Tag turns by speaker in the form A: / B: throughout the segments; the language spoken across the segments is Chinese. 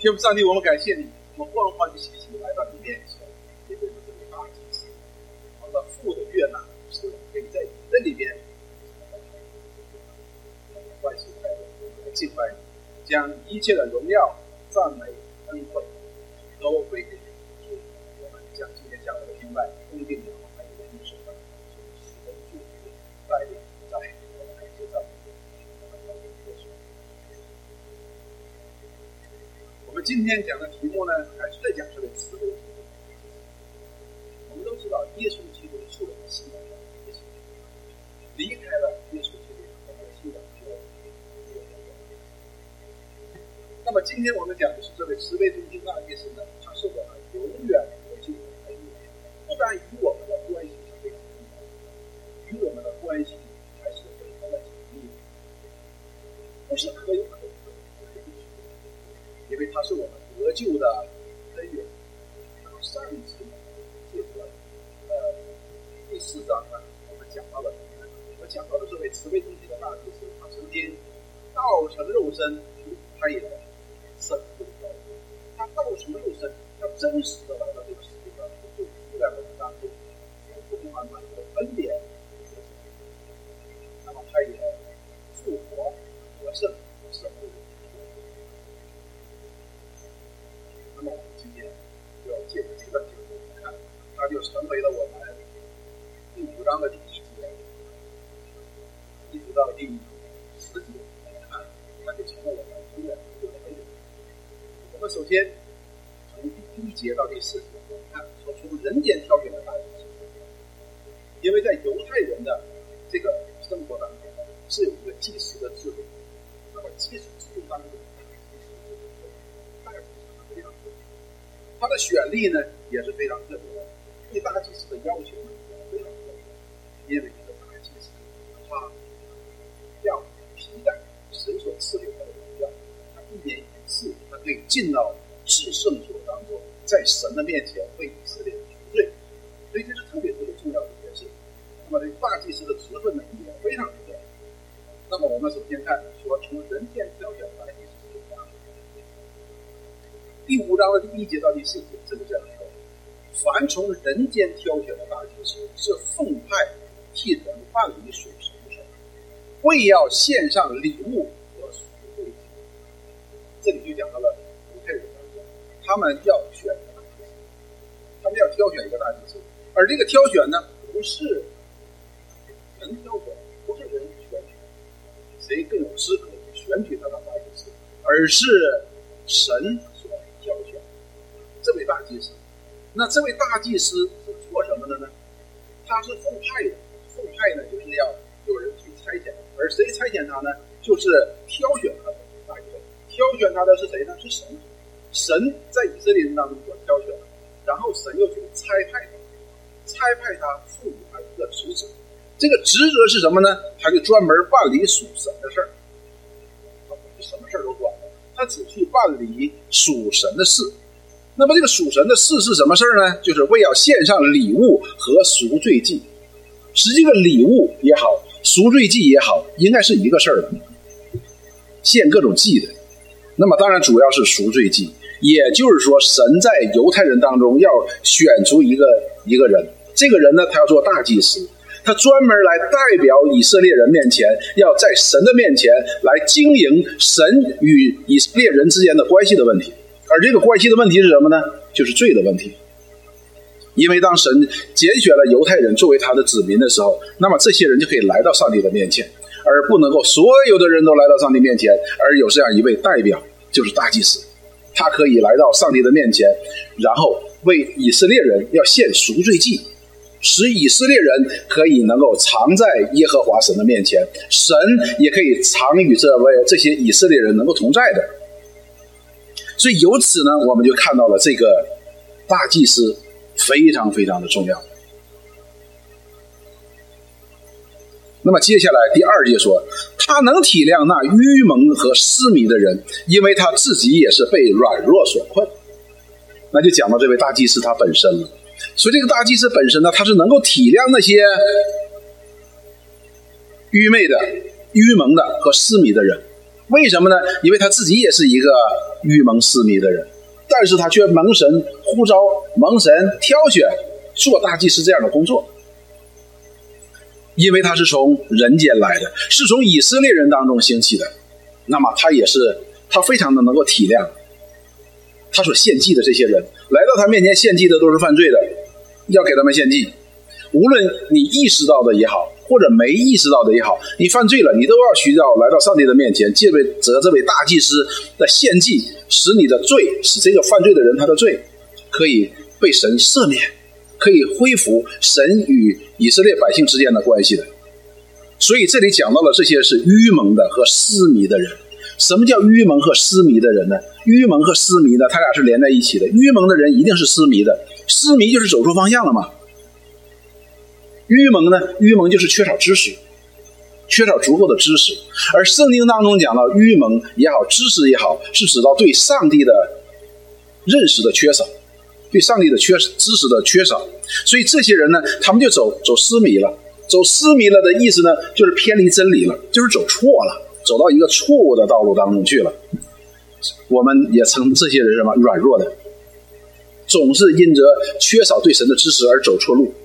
A: 天父上帝，我们感谢你，我们欢欢喜喜来到你面前，面对这位大祭司，我们父的悦纳是可以在你的里面关系太多，来敬拜你，将一切的荣耀、赞美、恩惠都归给你。我们将今天下来的敬拜恭敬你，还有你手上的祝福带领在我们的节奏。我们今天讲的题目呢，还是在讲这个慈悲。我们都知道，耶稣基督是我们信仰的耶稣，离开了耶稣基督，我们的信仰就没有了。那么今天我们讲的是这位慈悲中心大祭司呢，他是我们永远得救的恩典，不但与我们的关系是非常重要的，与我们的关系还是非常的紧密的，不是可有可无。因为他是我们得救的根源。上一次这个第4章呢，我们讲到的这位慈悲中心的大祭司，他曾经道成肉身，他也生不了。他道成肉身，他真实的来到这个世界上，就住在我们当中，充满满的恩典。那么他也复活得胜，胜利。那么我们今天就要借着这个角度看，它就成为了我们第5章的第1节，一直到第10节，看它就成了我们永远得救的恩典。我们首先从第1节到第4节，我们看说从人间挑选的大祭司，因为在犹太人的这个生活当中是有一个祭司的制度，那么祭司制度当中他的选立呢也是非常特别的，对大祭司的要求呢也非常特别，因为这个大祭司他要披戴神所赐给他的荣耀，他1年1次，他可以进到至圣所当中，在神的面前为以色列赎罪，所以这是特别特别重要的一件事。那么这大祭司的职分呢也非常重要。那么我们首先看说从人间挑选大祭司是什么样的。第5章的第1节到第4节，这个这样说：凡从人间挑选的大祭司，是奉派替人办理属神的事，为要献上礼物和赎罪祭。这里就讲到了犹太人当中，他们要选大祭司，他们要挑选一个大祭司，而这个挑选呢，不是人挑选，不是人选举谁更有资格去选举他的大祭司，而是神所挑选这位大祭司。那这位大祭司是做什么的呢？他是奉派的，奉派呢就是要有人去差遣，而谁差遣他呢？就是挑选他的大祭司。挑选他的是谁呢？是神。神在以色列人当中所挑选，然后神又去差派他，赋予他一个职责。这个职责是什么呢？他就专门办理属神的事儿。他不是什么事儿都管的，他只去办理属神的事。那么这个属神的事是什么事儿呢？就是为要献上礼物和赎罪祭。实际这个礼物也好，赎罪祭也好，应该是一个事儿的，献各种祭的。那么当然主要是赎罪祭，也就是说神在犹太人当中要选出一个人，这个人呢他要做大祭司，他专门来代表以色列人面前，要在神的面前来经营神与以色列人之间的关系的问题。而这个关系的问题是什么呢？就是罪的问题。因为当神拣选了犹太人作为他的子民的时候，那么这些人就可以来到上帝的面前，而不能够所有的人都来到上帝面前，而有这样一位代表，就是大祭司，他可以来到上帝的面前，然后为以色列人要献赎罪祭，使以色列人可以能够常在耶和华神的面前，神也可以常与这些以色列人能够同在的。所以由此呢，我们就看到了这个大祭司非常非常的重要。那么接下来第2节说，他能体谅那愚蒙和失迷的人，因为他自己也是被软弱所困。那就讲到这位大祭司他本身了。所以这个大祭司本身呢，他是能够体谅那些愚昧的、愚蒙的和失迷的人。 为什么呢？因为他自己也是一个愚蒙失迷的人，但是他却蒙神呼召，蒙神挑选做大祭司这样的工作。因为他是从人间来的，是从以色列人当中兴起的，那么他非常的能够体谅他所献祭的这些人，来到他面前献祭的都是犯罪的，要给他们献祭。无论你意识到的也好，或者没意识到的也好，你犯罪了，你都要需要来到上帝的面前，借着这位大祭司的献祭，使你的罪，使这个犯罪的人他的罪可以被神赦免，可以恢复神与以色列百姓之间的关系的。所以这里讲到了这些是愚蒙的和失迷的人。什么叫愚蒙和失迷的人呢？愚蒙和失迷呢，他俩是连在一起的。愚蒙的人一定是失迷的，失迷就是走错方向了嘛。愚蒙呢，愚蒙就是缺少知识，缺少足够的知识。而圣经当中讲到愚蒙也好，知识也好，是指到对上帝的认识的缺少，对上帝的知识的缺少。所以这些人呢，他们就走失迷了。走失迷了的意思呢，就是偏离真理了，就是走错了，走到一个错误的道路当中去了。我们也称这些人什么？软弱的，总是因着缺少对神的知识而走错路，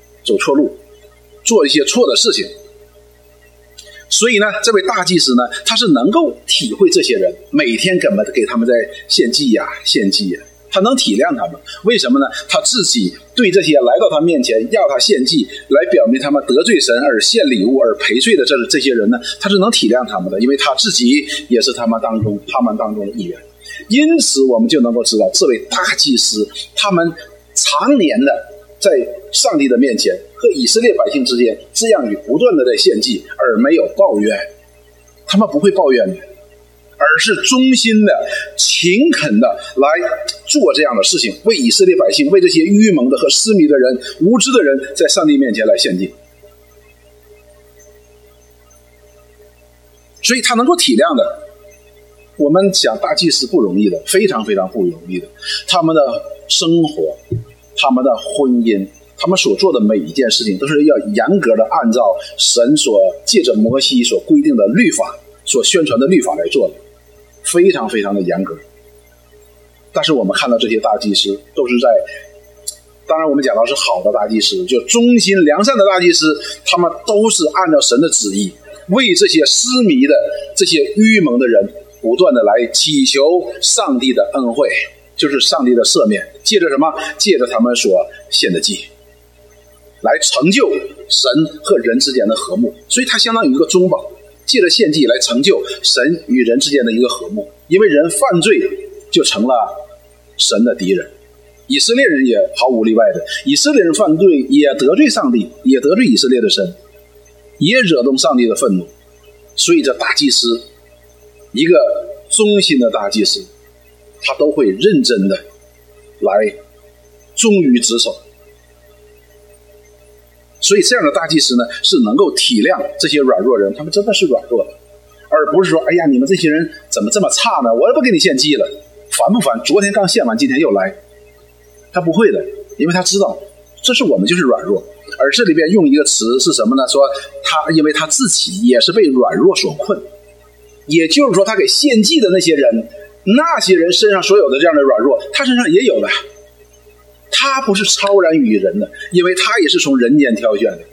A: 做一些错的事情。所以呢，这位大祭司呢，他是能够体会这些人，每天给他们在献祭呀，他能体谅他们。为什么呢？他自己对这些来到他面前要他献祭，来表明他们得罪神而献礼物而赔罪的这些人呢，他是能体谅他们的，因为他自己也是他们当中的一员。因此我们就能够知道，这位大祭司他们常年的在上帝的面前和以色列百姓之间这样不断的在献祭，而没有抱怨。他们不会抱怨的，而是忠心的、勤恳的来做这样的事情，为以色列百姓，为这些愚蒙的和失迷的人、无知的人，在上帝面前来献祭。所以他能够体谅的。我们讲大祭司不容易的，非常非常不容易的。他们的生活，他们的婚姻，他们所做的每一件事情，都是要严格的按照神所借着摩西所规定的律法，所宣传的律法来做的，非常非常的严格。但是我们看到这些大祭司都是当然我们讲到是好的大祭司，就忠心良善的大祭司，他们都是按照神的旨意，为这些失迷的、这些愚蒙的人不断的来祈求上帝的恩惠，就是上帝的赦免，借着什么？借着他们所献的祭，来成就神和人之间的和睦。所以它相当于一个中保，借着献祭来成就神与人之间的一个和睦。因为人犯罪就成了神的敌人，以色列人也毫无例外的，以色列人犯罪也得罪上帝，也得罪以色列的神，也惹动上帝的愤怒。所以这大祭司，一个忠心的大祭司，他都会认真的来忠于职守。所以这样的大祭司呢，是能够体谅这些软弱人，他们真的是软弱的，而不是说哎呀，你们这些人怎么这么差呢，我也不给你献祭了，烦不烦？昨天刚献完，今天又来。他不会的，因为他知道这是我们就是软弱。而这里边用一个词是什么呢？说因为他自己也是被软弱所困，也就是说他给献祭的那些人身上所有的这样的软弱，他身上也有的。他不是超然于人的，因为他也是从人间挑选的，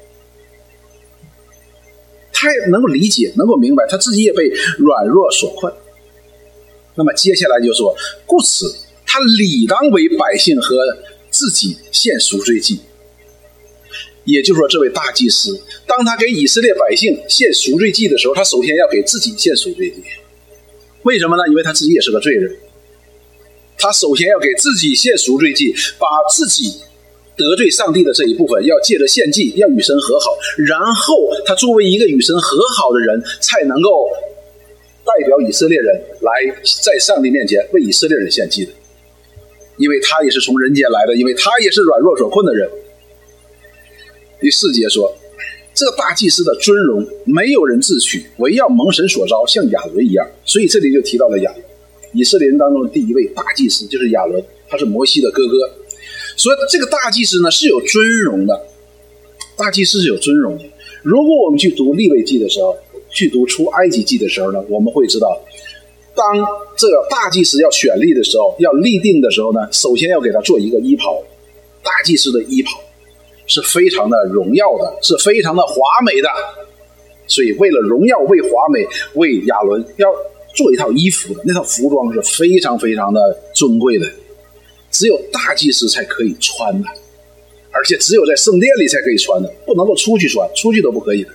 A: 他也能够理解，能够明白，他自己也被软弱所困。那么接下来就说，故此他理当为百姓和自己献赎罪祭。也就是说，这位大祭司当他给以色列百姓献赎罪祭的时候，他首先要给自己献赎罪祭。为什么呢？因为他自己也是个罪人，他首先要给自己献赎罪祭，把自己得罪上帝的这一部分要借着献祭，要与神和好，然后他作为一个与神和好的人，才能够代表以色列人来在上帝面前为以色列人献祭的。因为他也是从人间来的，因为他也是软弱所困的人。第4节说，这个大祭司的尊荣没有人自取，唯要蒙神所召，像亚伦一样。所以这里就提到了亚伦，以色列人当中的第一位大祭司就是亚伦，他是摩西的哥哥。所以这个大祭司呢是有尊荣的，大祭司是有尊荣的。如果我们去读利未记的时候， 去读出埃及记的时候呢，我们会知道，当这个大祭司要选立的时候，要立定的时候呢，首先要给他做一个衣袍。大祭司的衣袍是非常的荣耀的，是非常的华美的，所以为了荣耀，为华美，为亚伦要做一套衣服的，那套服装是非常非常的尊贵的，只有大祭司才可以穿的，而且只有在圣殿里才可以穿的，不能够出去穿，出去都不可以的。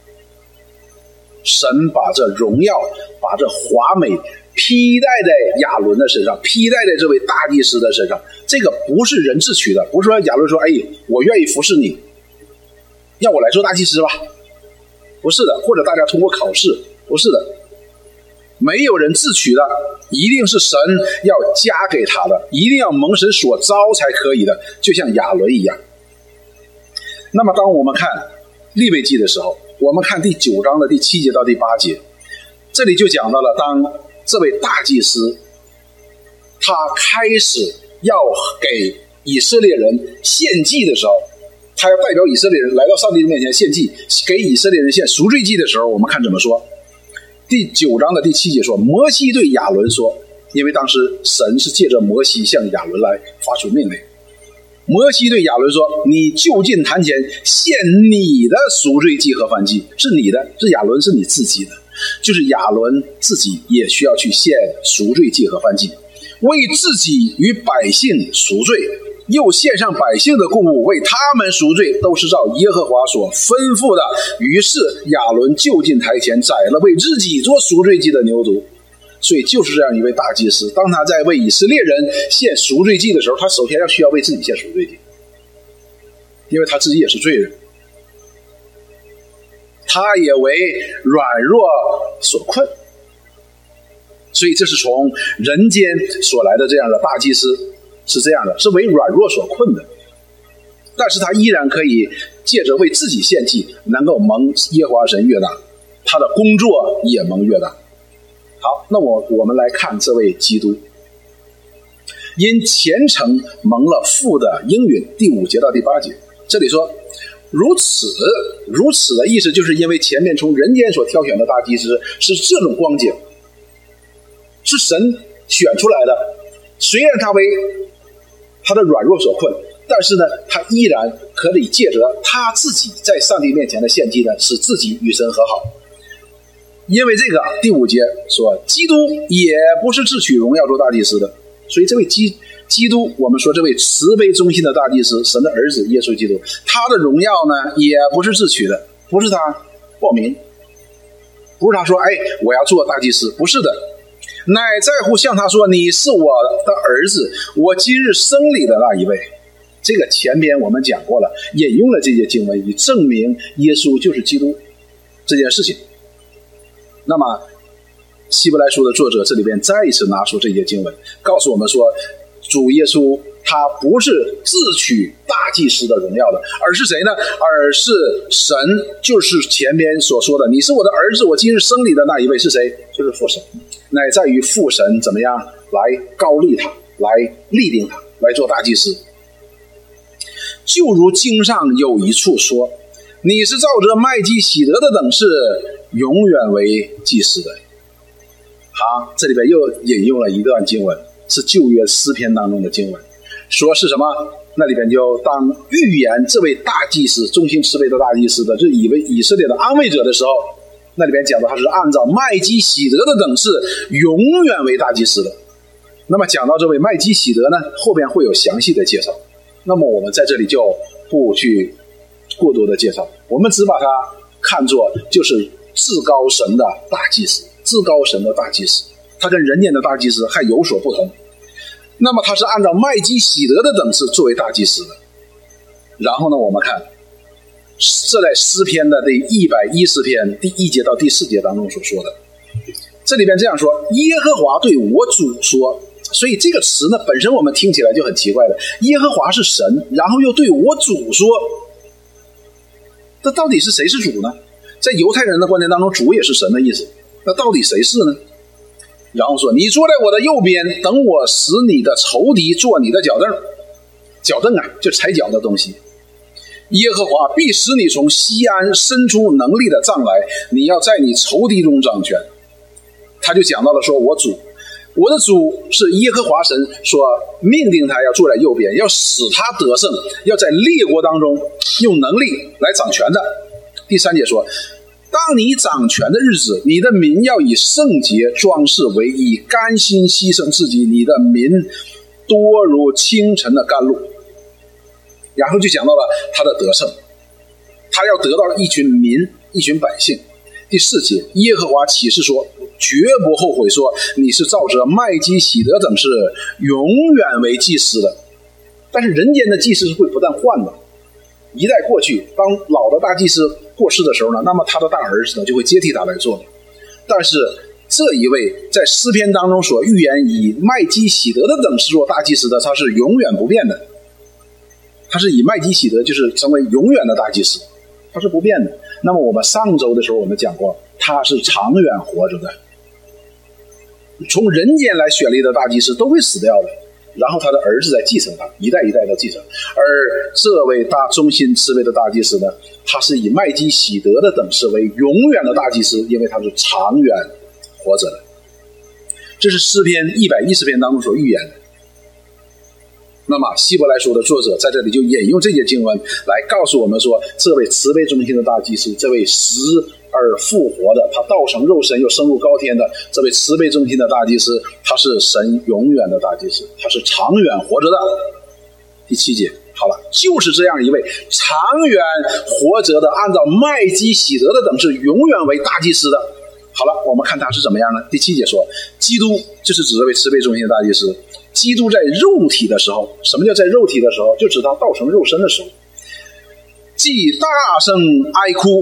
A: 神把这荣耀，把这华美披戴在亚伦的身上，披戴在这位大祭司的身上。这个不是人自取的，不是说亚伦说，哎，我愿意服侍你，要我来做大祭司吧，不是的，或者大家通过考试，不是的，没有人自取的，一定是神要加给他的，一定要蒙神所召才可以的，就像亚伦一样。那么当我们看利未记的时候，我们看第9章的第7节到第8节，这里就讲到了，当这位大祭司他开始要给以色列人献祭的时候，他要代表以色列人来到上帝的面前献祭，给以色列人献赎罪祭的时候，我们看怎么说。第9章的第7节说，摩西对亚伦说，因为当时神是借着摩西向亚伦来发出命令，摩西对亚伦说，你就近坛前献你的赎罪祭和燔祭，是你的，是亚伦，是你自己的，就是亚伦自己也需要去献赎罪祭和燔祭，为自己与百姓赎罪，又献上百姓的供物，为他们赎罪，都是照耶和华所吩咐的。于是亚伦就近台前宰了为自己做赎罪祭的牛犊。所以就是这样一位大祭司，当他在为以色列人献赎罪祭的时候，他首先需要为自己献赎罪祭，因为他自己也是罪人，他也为软弱所困，所以这是从人间所来的这样的大祭司，是这样的，是为软弱所困的，但是他依然可以借着为自己献祭，能够蒙耶和华神悦纳，他的工作也蒙悦纳。好，那我们来看这位基督，因虔诚蒙了父的应允，第5节到第8节，这里说如此的意思，就是因为前面从人间所挑选的大祭司是这种光景，是神选出来的，虽然他为他的软弱所困，但是呢，他依然可以借着他自己在上帝面前的献祭呢，使自己与神和好。因为这个第5节说，基督也不是自取荣耀做大祭司的，所以这位基督，我们说这位慈悲忠心的大祭司，神的儿子耶稣基督，他的荣耀呢也不是自取的，不是他报名，不是他说，哎，我要做大祭司，不是的，乃在乎向他说，你是我的儿子，我今日生你的那一位。这个前边我们讲过了，引用了这些经文，以证明耶稣就是基督这件事情。那么希伯来书的作者这里边再一次拿出这些经文，告诉我们说，主耶稣他不是自取大祭司的荣耀的，而是谁呢？而是神，就是前边所说的，你是我的儿子，我今日生你的那一位是谁？就是父神，乃在于父神怎么样来高立他，来立定他，来做大祭司。就如经上有一处说，你是照着麦基洗德的等式永远为祭司的。好，这里边又引用了一段经文，是旧约诗篇当中的经文，说是什么？那里边就当预言这位大祭司，忠心慈悲的大祭司的，就是以为以色列的安慰者的时候，那里边讲到他是按照麦基洗德的等式永远为大祭司的。那么讲到这位麦基洗德呢，后边会有详细的介绍，那么我们在这里就不去过多的介绍，我们只把它看作就是至高神的大祭司，至高神的大祭司，他跟人间的大祭司还有所不同。那么他是按照麦基洗德的等次作为大祭司的。然后呢，我们看这在诗篇的第110篇第1节到第4节当中所说的，这里边这样说，耶和华对我主说，所以这个词呢本身我们听起来就很奇怪的，耶和华是神，然后又对我主说，这到底是谁是主呢？在犹太人的观念当中，主也是神的意思，那到底谁是呢？然后说，你坐在我的右边，等我使你的仇敌做你的脚凳。脚凳啊，就踩脚的东西。 耶和华必使你从西安伸出能力的杖来，你要在你仇敌中掌权。他就讲到了说，我的主是耶和华神，说命定他要坐在右边，要使他得胜，要在列国当中用能力来掌权的。第3节说，当你掌权的日子，你的民要以圣洁装饰为衣，甘心牺牲自己，你的民多如清晨的甘露。然后就讲到了他的得胜，他要得到一群民，一群百姓。第4节，耶和华起誓说，绝不后悔，说你是照着麦基洗德等事永远为祭司的。但是人间的祭司是会不断换的，一代过去，当老的大祭司过世的时候呢，那么他的大儿子呢就会接替他来做。但是这一位在诗篇当中所预言以麦基洗德的等事做大祭司的，他是永远不变的，他是以麦基洗德就是成为永远的大祭司，他是不变的。那么我们上周的时候我们讲过，他是长远活着的，从人间来选立的大祭司都会死掉的，然后他的儿子在继承他，一代一代的继承。而这位大忠心慈悲的大祭司呢，他是以麦基洗德的等事为永远的大祭司，因为他是长远活着的。这是诗篇110篇当中所预言的。那么希伯来书的作者在这里就引用这些经文来告诉我们说，这位慈悲忠心的大祭司，这位死而复活的，他道成肉身又升入高天的这位慈悲忠心的大祭司，他是神永远的大祭司，他是长远活着的。第7节，好了，就是这样一位长远活着的，按照麦基洗德的等是永远为大祭司的。好了，我们看他是怎么样呢？第7节说，基督就是指这位慈悲忠心的大祭司。基督在肉体的时候，什么叫在肉体的时候？就指他道成肉身的时候，既大声哀哭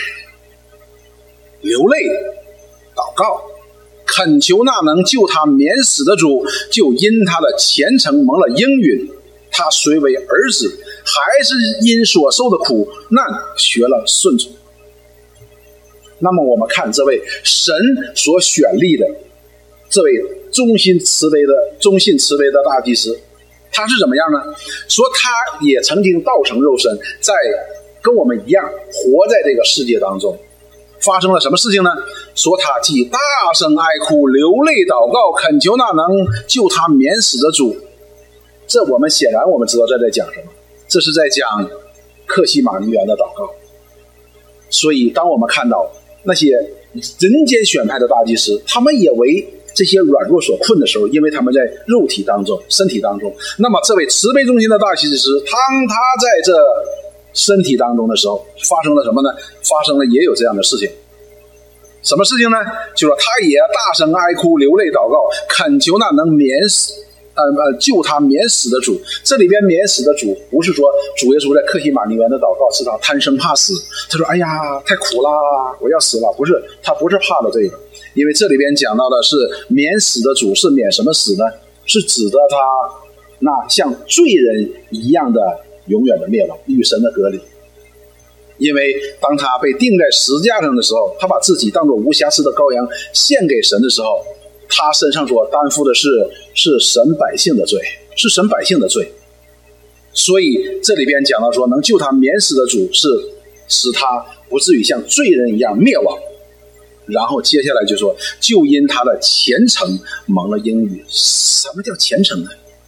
A: 流泪祷告，恳求那能救他免死的主，就因他的虔诚蒙了应允。他虽为儿子，还是因所受的苦难学了顺从。那么我们看这位神所选立的这位忠心慈悲的大祭司，他是怎么样呢？说他也曾经道成肉身，在跟我们一样活在这个世界当中。发生了什么事情呢？说他既大声哀哭流泪祷告，恳求那能救他免死的主。这我们显然我们知道在讲什么，这是在讲客西马尼园的祷告。所以当我们看到那些人间选派的大祭司，他们也为这些软弱所困的时候，因为他们在肉体当中身体当中，那么这位慈悲忠心的大祭司，当他在这身体当中的时候，发生了什么呢？发生了也有这样的事情。什么事情呢？就说他也大声哀哭流泪祷告，恳求那能救他免死的主。这里边免死的主，不是说主耶稣在客西马尼园的祷告是他贪生怕死，他说哎呀太苦啦，我要死了。不是，他不是怕的这个，因为这里边讲到的是免死的主，是免什么死呢？是指的他那像罪人一样的永远的灭亡，与神的隔离。因为当他被钉在十字架上的时候，他把自己当作无瑕疵的羔羊献给神的时候，他身上所担负的是神百姓的罪，是神百姓的罪。所以这里边讲到说，能救他免死的主是使他不至于像罪人一样灭亡。然后接下来就说，就因他的虔诚蒙了应允。什么叫虔诚呢？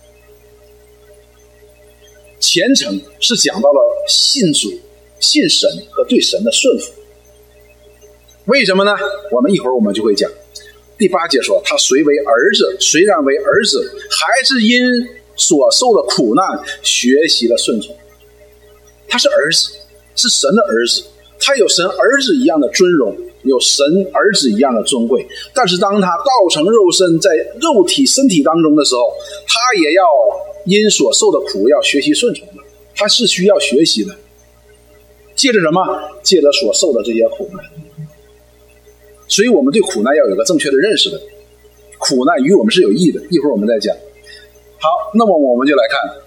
A: 虔诚是讲到了信主、信神和对神的顺服。为什么呢？我们一会儿我们就会讲。第8节说，他虽为儿子，虽然为儿子，还是因所受的苦难学习了顺从。他是儿子，是神的儿子，他有神儿子一样的尊荣，有神儿子一样的尊贵。但是当他道成肉身，在肉体身体当中的时候，他也要因所受的苦要学习顺从的，他是需要学习的。借着什么？借着所受的这些苦难。所以我们对苦难要有一个正确的认识的，苦难与我们是有益的，一会儿我们再讲。好，那么我们就来看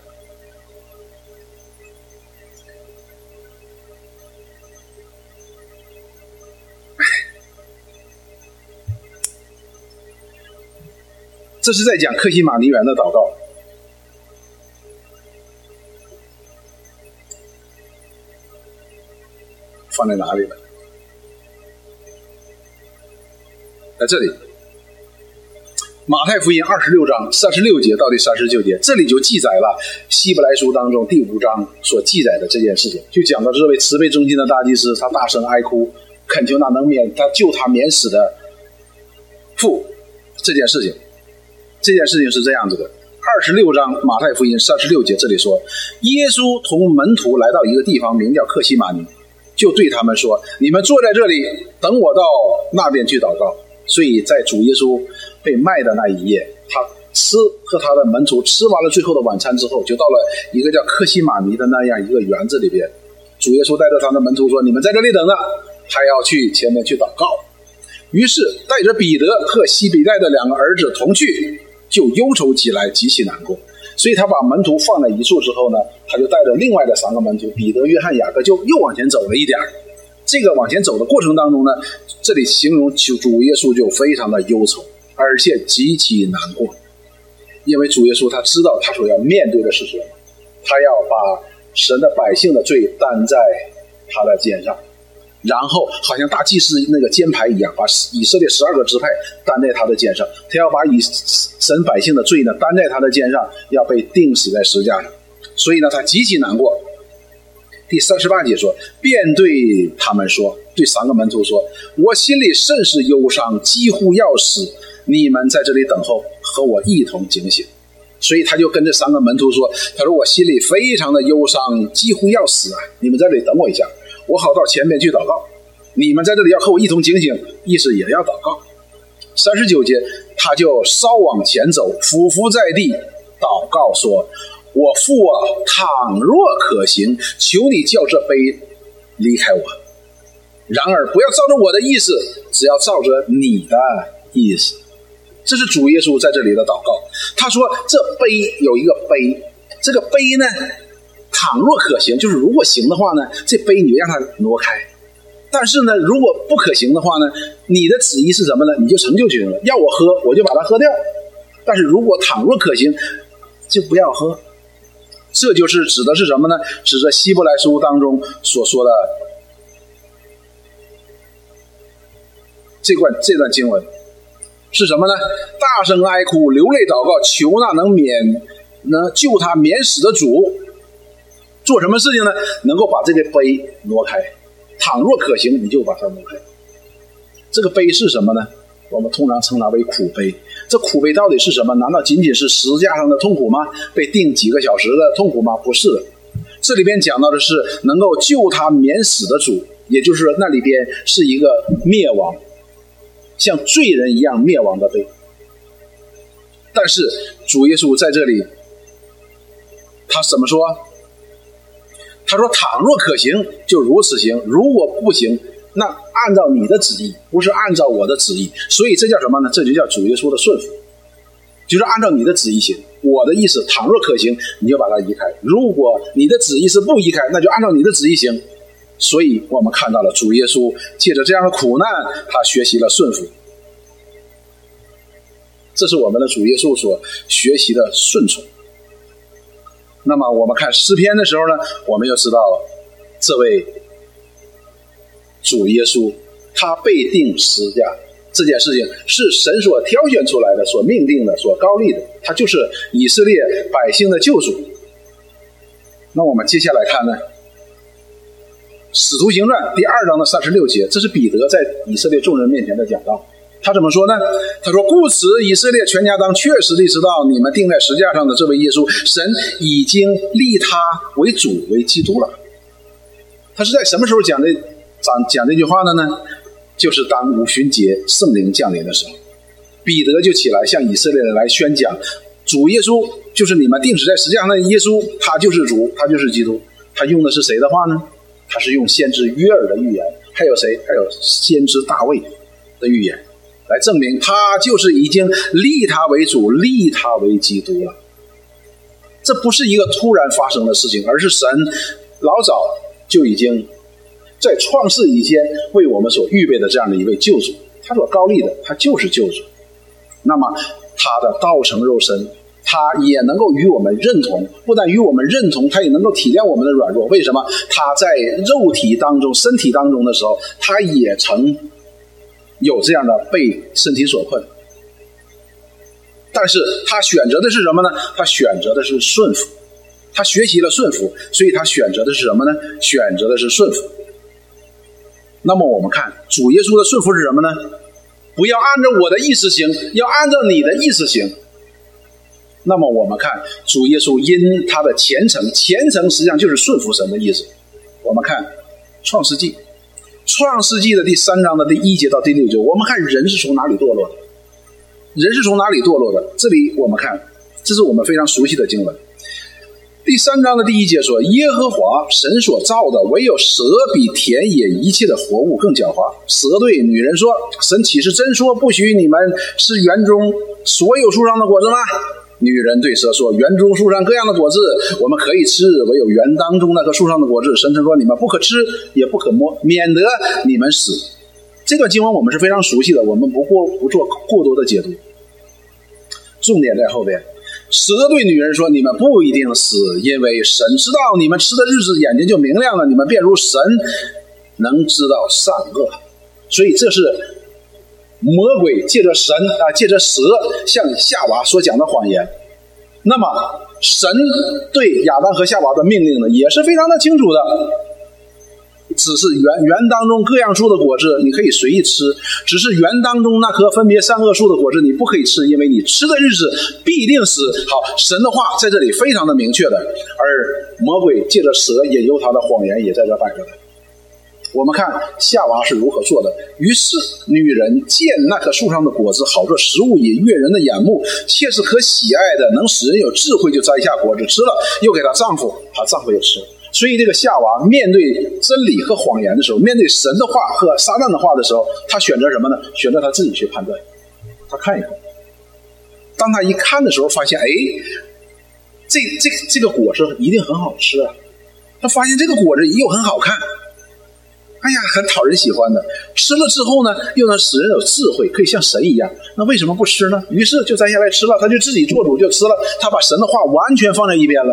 A: 这是在讲客西马尼园的祷告。 放在哪里了？在这里，马太福音26章36节到第39节，这里就记载了希伯来书当中第5章所记载的这件事情，就讲到这位慈悲忠心的大祭司，他大声哀哭，恳求那能他救他免死的父这件事情。这件事情是这样子的，26章马太福音36节这里说，耶稣同门徒来到一个地方，名叫克西马尼，就对他们说，你们坐在这里，等我到那边去祷告。所以在主耶稣被卖的那一夜，他和他的门徒吃完了最后的晚餐之后，就到了一个叫克西马尼的那样一个园子里边。主耶稣带着他的门徒说，你们在这里等着，还要去前面去祷告。于是带着彼得和西比泰的2个儿子同去，就忧愁起来，极其难过。所以他把门徒放在一处之后呢，他就带着另外的3个门徒彼得、约翰、雅各，就又往前走了一点。这个往前走的过程当中呢，这里形容主耶稣就非常的忧愁，而且极其难过。因为主耶稣他知道他所要面对的是什么，他要把神的百姓的罪担在他的肩上，然后好像大祭司那个肩牌一样，把以色列12个支派担在他的肩上，他要把神百姓的罪呢担在他的肩上，要被钉死在十字架上。所以呢，他极其难过。第38节说，便对他们说，对3个门徒说，我心里甚是忧伤，几乎要死，你们在这里等候，和我一同警醒。所以他就跟这3个门徒说，他说我心里非常的忧伤，几乎要死啊，你们在这里等我一下，我好到前面去祷告，你们在这里要和我一同警醒，意思也要祷告。39节他就稍往前走，俯伏在地祷告说，我父啊，倘若可行，求你叫这杯离开我，然而不要照着我的意思，只要照着你的意思。这是主耶稣在这里的祷告。他说这杯有一个杯，这个杯呢，倘若可行，就是如果行的话呢，这杯你让它挪开。但是呢，如果不可行的话呢，你的旨意是什么呢？你就成就行了，要我喝我就把它喝掉，但是如果倘若可行，就不要喝。这就是指的是什么呢？指着希伯来书当中所说的这段经文是什么呢？大声哀哭，流泪祷告，求那能救他免死的主做什么事情呢？能够把这个杯挪开，倘若可行，你就把它挪开。这个杯是什么呢？我们通常称它为苦杯。这苦杯到底是什么？难道仅仅是十字架上的痛苦吗？被钉几个小时的痛苦吗？不是的，这里边讲到的是能够救他免死的主，也就是那里边是一个灭亡，像罪人一样灭亡的杯。但是主耶稣在这里他怎么说？他说倘若可行就如此行，如果不行，那按照你的旨意，不是按照我的旨意。所以这叫什么呢？这就叫主耶稣的顺服，就是按照你的旨意行，我的意思倘若可行，你就把它移开，如果你的旨意是不移开，那就按照你的旨意行。所以我们看到了主耶稣借着这样的苦难，他学习了顺服。这是我们的主耶稣所学习的顺从。那么我们看诗篇的时候呢，我们又知道这位主耶稣他被钉十字架这件事情是神所挑选出来的，所命定的，所高立的，他就是以色列百姓的救主。那我们接下来看呢，使徒行传第2章的36节，这是彼得在以色列众人面前的讲道。他怎么说呢？他说，故此以色列全家当确实地知道，你们钉在十字架上的这位耶稣，神已经立他为主为基督了。他是在什么时候讲这句话的呢？就是当五旬节圣灵降临的时候，彼得就起来向以色列人来宣讲，主耶稣就是你们钉死在十字架上的耶稣，他就是主，他就是基督。他用的是谁的话呢？他是用先知约珥的预言，还有谁？还有先知大卫的预言，来证明他就是已经立他为主，立他为基督了。这不是一个突然发生的事情，而是神老早就已经在创世以前为我们所预备的这样的一位救主，他所高立的，他就是救主。那么他的道成肉身， 他也能够与我们认同，不但与我们认同，他也能够体谅我们的软弱。为什么？他在肉体当中身体当中的时候，他也曾有这样的被身体所困，但是他选择的是什么呢？他选择的是顺服，他学习了顺服，所以他选择的是什么呢？选择的是顺服。那么我们看主耶稣的顺服是什么呢？不要按照我的意思行，要按照你的意思行。那么我们看主耶稣因他的虔诚实际上就是顺服神的意思。我们看创世纪的第3章的第1节到第6节，我们看人是从哪里堕落的？这里我们看，这是我们非常熟悉的经文。第3章的第1节说，耶和华神所造的唯有蛇比田野一切的活物更狡猾。蛇对女人说，神岂是真说不许你们吃园中所有树上的果子吗？女人对蛇说，园中树上各样的果子我们可以吃，唯有园当中那棵树上的果子，神曾说你们不可吃也不可摸，免得你们死。这段经文我们是非常熟悉的，我们不做过多的解读，重点在后边。蛇对女人说，你们不一定死，因为神知道你们吃的日子眼睛就明亮了，你们便如神能知道善恶。所以这是魔鬼借着蛇向夏娃所讲的谎言。那么神对亚当和夏娃的命令呢，也是非常的清楚的，只是园当中各样树的果子你可以随意吃，只是园当中那棵分别善恶树的果子你不可以吃，因为你吃的日子必定死。好，神的话在这里非常的明确的，而魔鬼借着蛇引诱他的谎言也在这摆着的。我们看夏娃是如何做的。于是女人见那棵树上的果子好做食物，也悦人的眼目，切是可喜爱的，能使人有智慧，就摘下果子吃了，又给她丈夫，她丈夫也吃了。所以这个夏娃面对真理和谎言的时候，面对神的话和撒旦的话的时候，她选择什么呢？选择她自己去判断。她看一看，当她一看的时候，发现这个果子一定很好吃啊。她发现这个果子又很好看，哎呀，很讨人喜欢的。吃了之后呢，又能使人有智慧，可以像神一样。那为什么不吃呢？于是就摘下来吃了，他就自己做主就吃了，他把神的话完全放在一边了。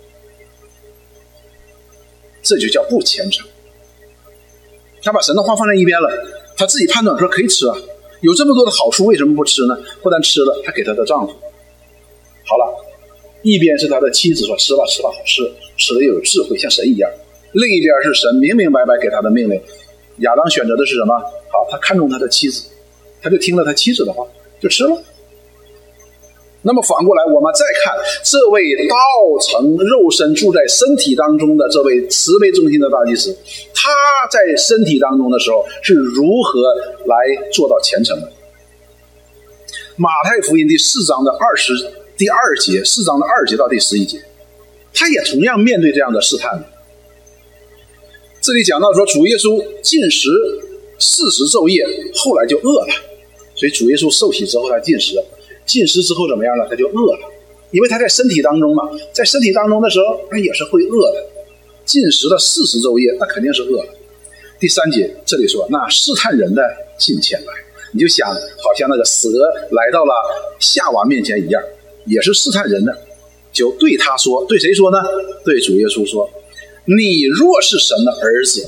A: 这就叫不虔诚。他把神的话放在一边了，他自己判断说可以吃啊，有这么多的好处为什么不吃呢？不但吃了，他给他的丈夫。好了，一边是他的妻子说吃吧吃吧好吃，吃了又有智慧像神一样，另一边是神明明白白给他的命令。亚当选择的是什么？好，他看中他的妻子，他就听了他妻子的话就吃了。那么反过来我们再看这位道成肉身住在身体当中的这位慈悲忠心的大祭司，他在身体当中的时候是如何来做到虔诚的。马太福音第4章的第2节，4章的2节到第11节，他也同样面对这样的试探。这里讲到说主耶稣禁食40昼夜，后来就饿了，所以主耶稣受洗之后他禁食之后怎么样了？他就饿了，因为他在身体当中嘛，在身体当中的时候他也是会饿的。禁食了40昼夜，那肯定是饿了。第3节这里说，那试探人的近前来，你就想好像那个蛇来到了夏娃面前一样，也是试探人的，就对他说，对谁说呢？对主耶稣说，你若是神的儿子，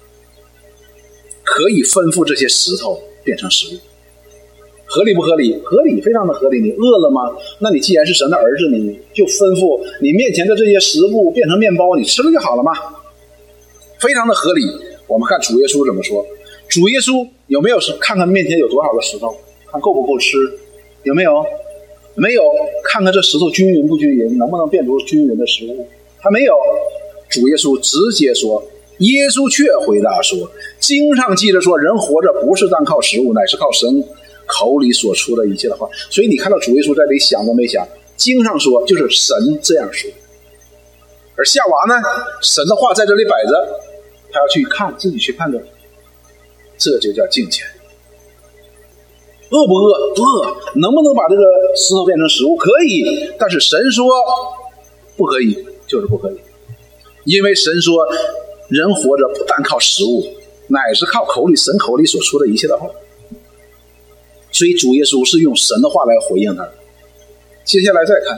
A: 可以吩咐这些石头变成食物。合理不合理？合理，非常的合理。你饿了吗？那你既然是神的儿子，你就吩咐你面前的这些食物变成面包，你吃了就好了吗？非常的合理。我们看主耶稣怎么说。主耶稣有没有看看面前有多少个石头，看够不够吃？有没有？没有。看看这石头均匀不均匀，能不能变出均匀的食物？他没有。主耶稣直接说，耶稣却回答说，经上记着说，人活着不是单靠食物，乃是靠神口里所出的一切的话。所以你看到主耶稣在这里想都没想，经上说就是神这样说。而夏娃呢，神的话在这里摆着，他要去看，自己去判断，这就叫敬虔。饿不饿？饿。能不能把这个石头变成食物？可以，但是神说不可以，就是不可以。因为神说人活着不单靠食物，乃是靠神口里所出的一切的话。所以主耶稣是用神的话来回应他。接下来再看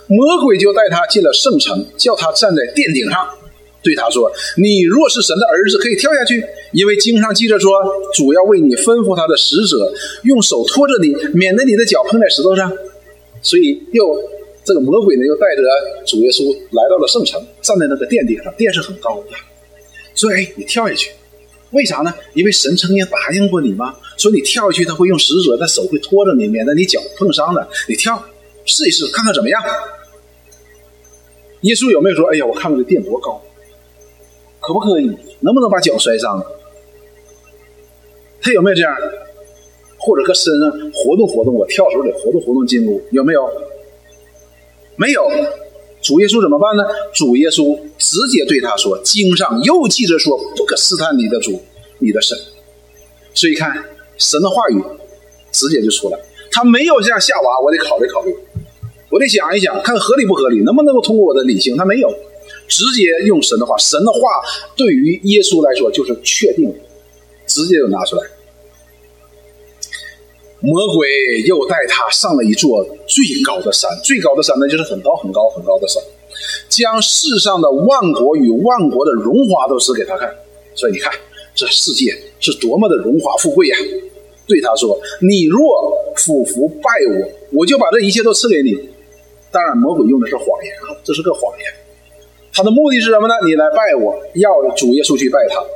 A: 魔鬼就带他进了圣城，叫他站在殿顶上，对他说，你若是神的儿子，可以跳下去，因为经上记着说，主要为你吩咐他的使者，用手托着你，免得你的脚碰在石头上。所以这个魔鬼呢，又带着主耶稣来到了圣城，站在那个殿顶上，殿是很高的，所以你跳下去。为啥呢？因为神曾经答应过你吗？说你跳下去，他会用使者的手会拖着你，免得你脚碰伤了。你跳试一试，看看怎么样。耶稣有没有说，哎呀，我看到这殿多高，可不可以？能不能把脚摔伤？他有没有这样？或者搁身上活动活动，我跳的时候得活动活动筋骨，有没有？没有。主耶稣怎么办呢？主耶稣直接对他说，经上又记着说，不可试探你的主，你的神。所以看神的话语直接就出来，他没有像夏娃，我得考虑考虑，我得想一想，看合理不合理，能不能够通过我的理性。他没有，直接用神的话。神的话对于耶稣来说就是确定，直接就拿出来。魔鬼又带他上了一座最高的山，最高的山呢，就是很高很高很高的山，将世上的万国与万国的荣华都指给他看。所以你看这世界是多么的荣华富贵呀！对他说，你若俯伏拜我，我就把这一切都赐给你。当然魔鬼用的是谎言啊，这是个谎言。他的目的是什么呢？你来拜我，要主耶稣去拜他。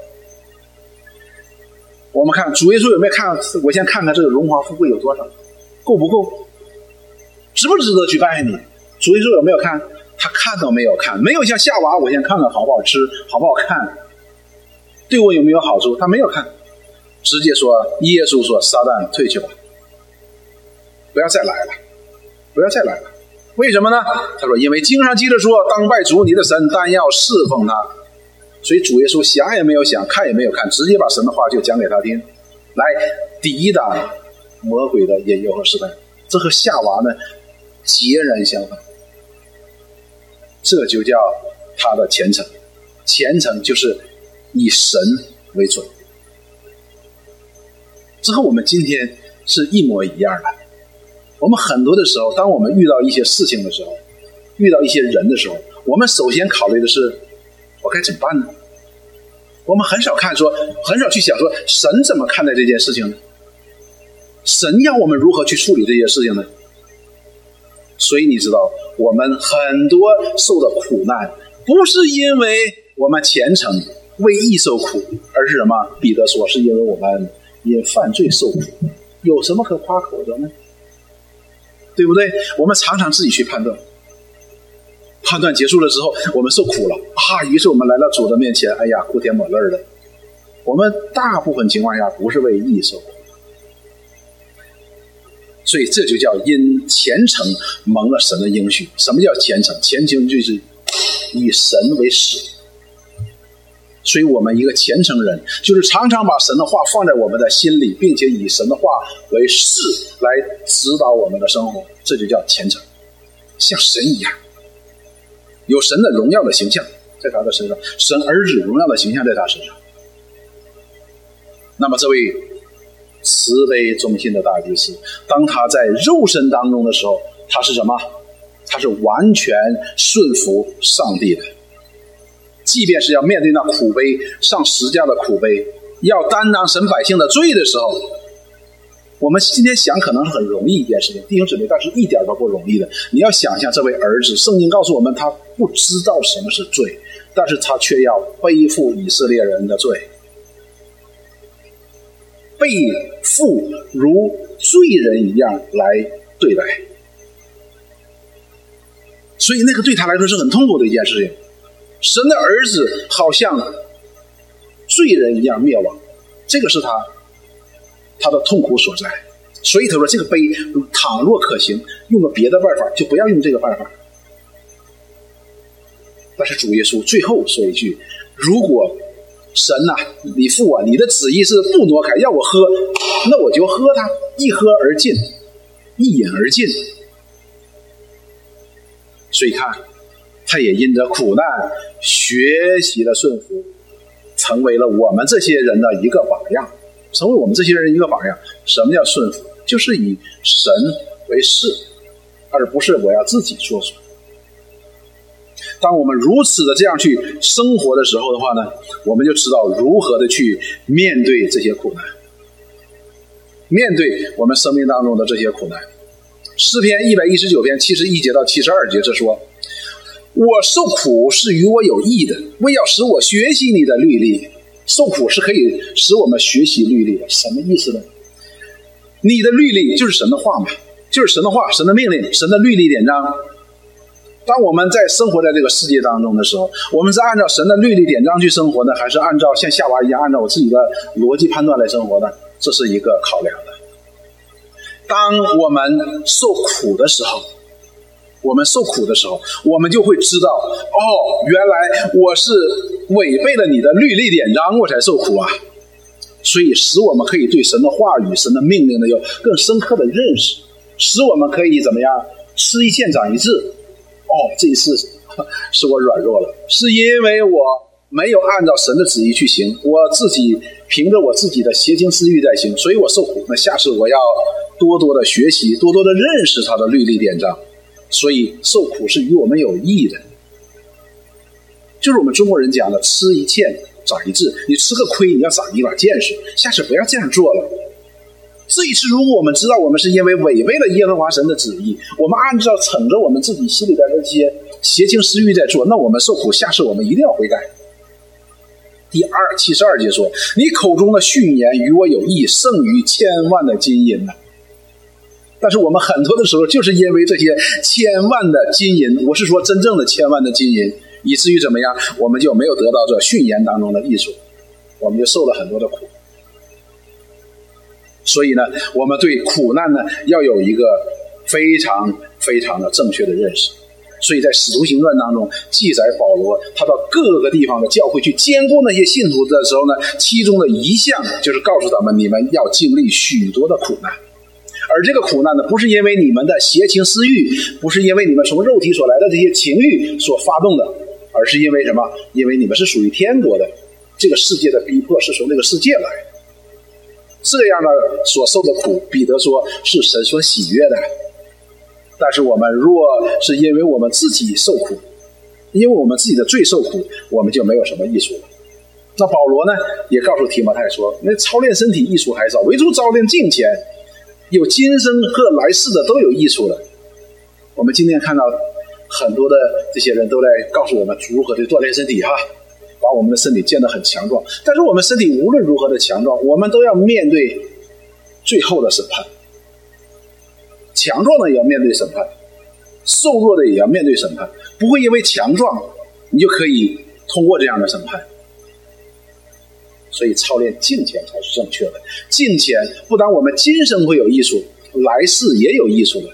A: 我们看主耶稣有没有看？我先看看这个荣华富贵有多少，够不够？值不值得去拜你？主耶稣有没有看？他看都没有看，没有像夏娃，我先看看好不好吃，好不好看，对我有没有好处？他没有看，直接说，耶稣说，撒旦退去吧，不要再来了，不要再来了。为什么呢？他说，因为经上记着说，当拜主你的神，但要侍奉他。所以主耶稣想也没有想，看也没有看，直接把神的话就讲给他听，来抵挡魔鬼的引诱和试探。这和夏娃呢截然相反。这就叫他的虔诚，虔诚就是以神为准。这和我们今天是一模一样的。我们很多的时候，当我们遇到一些事情的时候，遇到一些人的时候，我们首先考虑的是，我该怎么办呢？我们很少去想说，神怎么看待这件事情呢？神要我们如何去处理这些事情呢？所以你知道，我们很多受的苦难，不是因为我们虔诚为义受苦，而是什么？彼得说，是因为我们因犯罪受苦。有什么可夸口的呢？对不对？我们常常自己去判断，判断结束了之后，我们受苦了啊，于是我们来到主的面前，哎呀，哭天抹泪的。我们大部分情况下不是为义受苦，所以这就叫因虔诚蒙了神的应许。什么叫虔诚？虔诚就是以神为始。所以我们一个虔诚人，就是常常把神的话放在我们的心里，并且以神的话为誓来指导我们的生活，这就叫虔诚，像神一样，有神的荣耀的形象在他的身上，神儿子荣耀的形象在他身上。那么这位慈悲忠心的大祭司，当他在肉身当中的时候，他是什么？他是完全顺服上帝的。即便是要面对那苦悲，上十架的苦悲，要担当神百姓的罪的时候，我们今天想可能是很容易一件事情，弟兄姊妹，但是一点都不容易的。你要想象这位儿子，圣经告诉我们，他不知道什么是罪，但是他却要背负以色列人的罪，背负如罪人一样来对待，所以那个对他来说是很痛苦的一件事情。神的儿子好像罪人一样灭亡，这个是他的痛苦所在。所以他说，这个悲倘若可行，用个别的办法，就不要用这个办法。但是主耶稣最后说一句，如果神你父你的旨意是不挪开，要我喝，那我就喝它，一喝而尽，一饮而尽。所以看，他也因着苦难学习了顺服，成为了我们这些人的一个榜样，成为我们这些人一个榜样。什么叫顺服？就是以神为事，而不是我要自己说主。 当我们如此的这样去生活的时候的话呢，我们就知道如何的去面对这些苦难，面对我们生命当中的这些苦难。诗篇119篇71节到72节这说，我受苦是与我有益的，为要使我学习你的律例。受苦是可以使我们学习律例的，什么意思呢？你的律例就是神的话嘛，就是神的话，神的命令，神的律例典章。当我们在生活在这个世界当中的时候，我们是按照神的律例典章去生活呢，还是按照像夏娃一样按照我自己的逻辑判断来生活呢？这是一个考量的。当我们受苦的时候，我们就会知道，原来我是违背了你的律例典章，我才受苦啊。所以使我们可以对神的话语、神的命令呢有更深刻的认识，使我们可以怎么样？吃一堑长一智。这一次是我软弱了，是因为我没有按照神的旨意去行，我自己凭着我自己的邪情私欲在行，所以我受苦。那下次我要多多的学习，多多的认识他的律例典章。所以受苦是与我们有益的，就是我们中国人讲的吃一堑长一智，你吃个亏你要长一把见识，下次不要这样做了。这一次如果我们知道我们是因为违背了耶和华神的旨意，我们按照逞着我们自己心里边的这些邪情私欲在做，那我们受苦，下次我们一定要悔改。第72节说，你口中的训言与我有益，胜于千万的金银呢。但是我们很多的时候就是因为这些千万的金银，我是说真正的千万的金银，以至于怎么样，我们就没有得到这训言当中的益处，我们就受了很多的苦。所以呢，我们对苦难呢要有一个非常非常的正确的认识。所以在使徒行传当中记载保罗他到各个地方的教会去兼顾那些信徒的时候呢，其中的一项就是告诉他们，你们要经历许多的苦难。而这个苦难呢，不是因为你们的邪情私欲，不是因为你们从肉体所来的这些情欲所发动的，而是因为什么？因为你们是属于天国的，这个世界的逼迫是从这个世界来的。这样的所受的苦，彼得说是神所喜悦的。但是我们若是因为我们自己受苦，因为我们自己的罪受苦，我们就没有什么益处了。那保罗呢也告诉提摩太说，那操练身体益处还少，唯独操练敬虔，有今生和来世的都有益处的。我们今天看到很多的这些人都在告诉我们如何去锻炼身体把我们的身体建得很强壮。但是我们身体无论如何的强壮，我们都要面对最后的审判。强壮的也要面对审判，瘦弱的也要面对审判。不会因为强壮你就可以通过这样的审判。所以操练敬虔才是正确的。敬虔不但我们今生会有益处，来世也有益处的。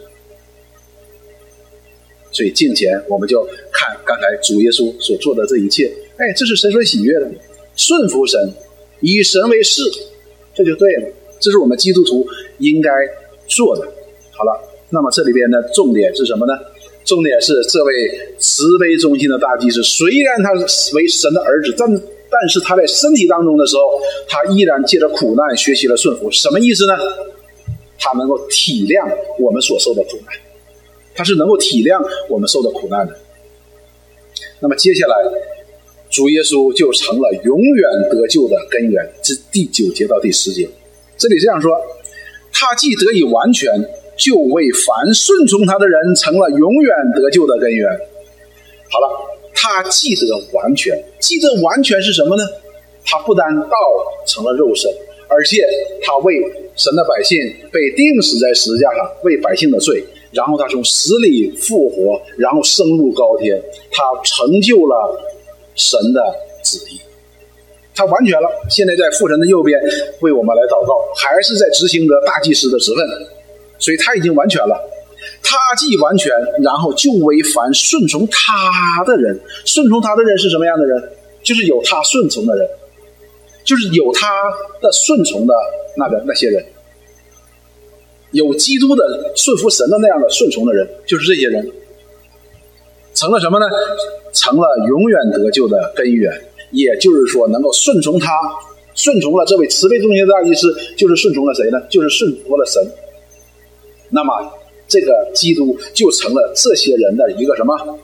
A: 所以敬虔我们就看刚才主耶稣所做的这一切，这是神所喜悦的，顺服神，以神为事，这就对了，这是我们基督徒应该做的。好了，那么这里边的重点是什么呢？重点是这位慈悲忠心的大祭司，虽然他为神的儿子，但是他在身体当中的时候，他依然借着苦难学习了顺服。什么意思呢？他能够体谅我们所受的苦难，他是能够体谅我们受的苦难的。那么接下来主耶稣就成了永远得救的根源，这第9节到第10节。这里这样说，他既得以完全，就为凡顺从他的人成了永远得救的根源。好了，他既得完全，既得完全是什么呢？他不单道成了肉身，而且他为神的百姓被钉死在十字架上，为百姓的罪，然后他从死里复活，然后升入高天，他成就了神的旨意，他完全了。现在在父神的右边为我们来祷告，还是在执行着大祭司的职分，所以他已经完全了。他既完全，然后就为凡顺从他的人。顺从他的人是什么样的人？就是有他顺从的人，就是有他的顺从的那些人，有基督的顺服神的那样的顺从的人，就是这些人成了什么呢？成了永远得救的根源。也就是说能够顺从他，顺从了这位慈悲忠心的大祭司，就是顺从了谁呢？就是顺服了神。那么这个基督就成了这些人的一个什么？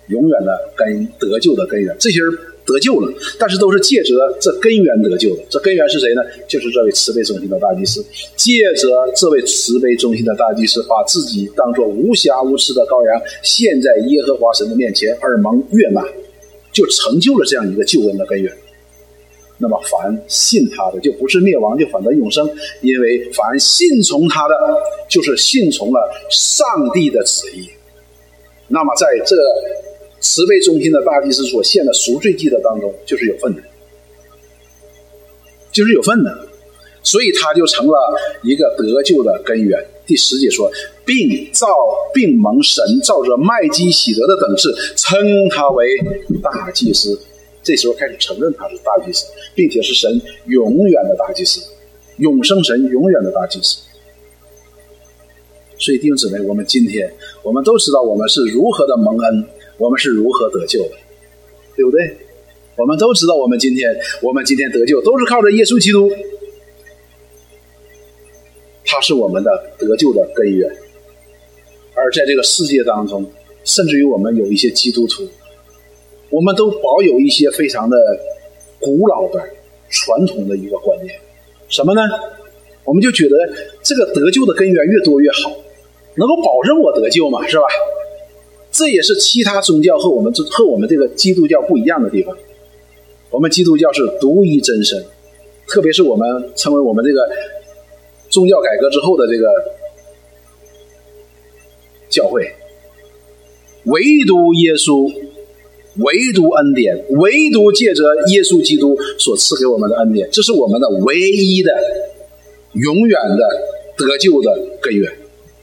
A: 永远的得救的根源。这些人得救了，但是都是借着这根源得救的。这根源是谁呢？就是这位慈悲忠心的大祭司。借着这位慈悲忠心的大祭司，把自己当作无瑕无疵的羔羊献在耶和华神的面前，而蒙悦纳，就成就了这样一个救恩的根源。那么凡信他的，就不是灭亡，就反得永生，因为凡信从他的，就是信从了上帝的旨意。那么在这慈悲忠心的大祭司所献的赎罪祭的当中，就是有份的，就是有份的，所以他就成了一个得救的根源。第10节说，并蒙神照着麦基洗德的等次，称他为大祭司。这时候开始承认他是大祭司，并且是神永远的大祭司，永生神永远的大祭司。所以弟兄姊妹，我们今天我们都知道我们是如何的蒙恩，我们是如何得救的，对不对？我们都知道我们今天得救都是靠着耶稣基督，他是我们的得救的根源。而在这个世界当中，甚至于我们有一些基督徒，我们都保有一些非常的古老的传统的一个观念，什么呢？我们就觉得这个得救的根源越多越好，能够保证我得救嘛，是吧？这也是其他宗教和我们这个基督教不一样的地方。我们基督教是独一真神，特别是我们成为我们这个宗教改革之后的这个教会，唯独耶稣，唯独恩典，唯独借着耶稣基督所赐给我们的恩典，这是我们的唯一的永远的得救的根源。